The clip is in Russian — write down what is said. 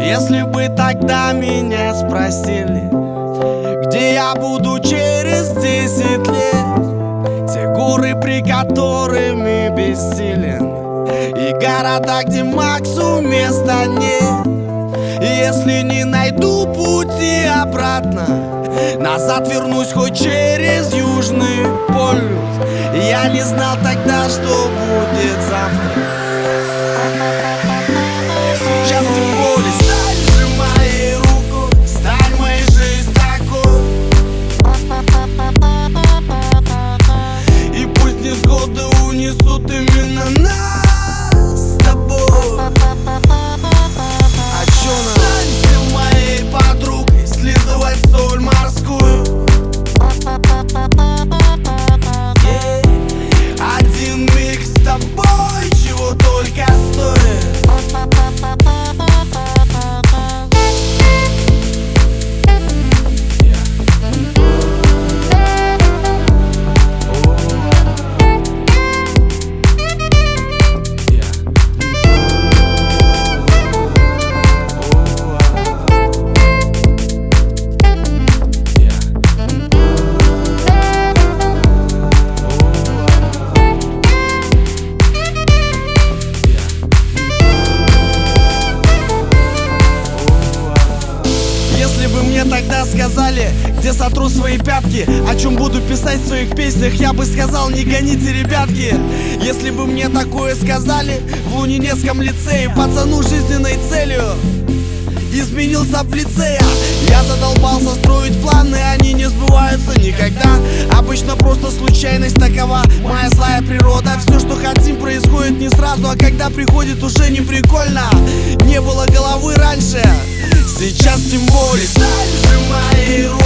Если бы тогда меня спросили, где я буду через 10 лет, те горы, при которыми бессилен, и города, где Максу места нет. Если не найду пути обратно, назад вернусь хоть через Южный полюс. Я не знал тогда, что будет завтра. Сейчас тем более стань же моей рукой, стань моей жизнь такой. И пусть невзгоды унесут именно нас с тобой. А чё нам? Стань моей подругой, слизывай соль морскую. Один миг с тобой чего только стоит. Если бы мне тогда сказали, где сотру свои пятки, о чем буду писать в своих песнях, я бы сказал: не гоните, ребятки. Если бы мне такое сказали в Лунинецком лицее, пацану жизненной целью изменился в лице. Я задолбался строить планы, они не сбываются никогда. Обычно просто случайность такова, моя злая природа. Все, что хотим, происходит не сразу, а когда приходит, уже не прикольно. Не было головы раньше, сейчас тем более. Стань же моей рукой.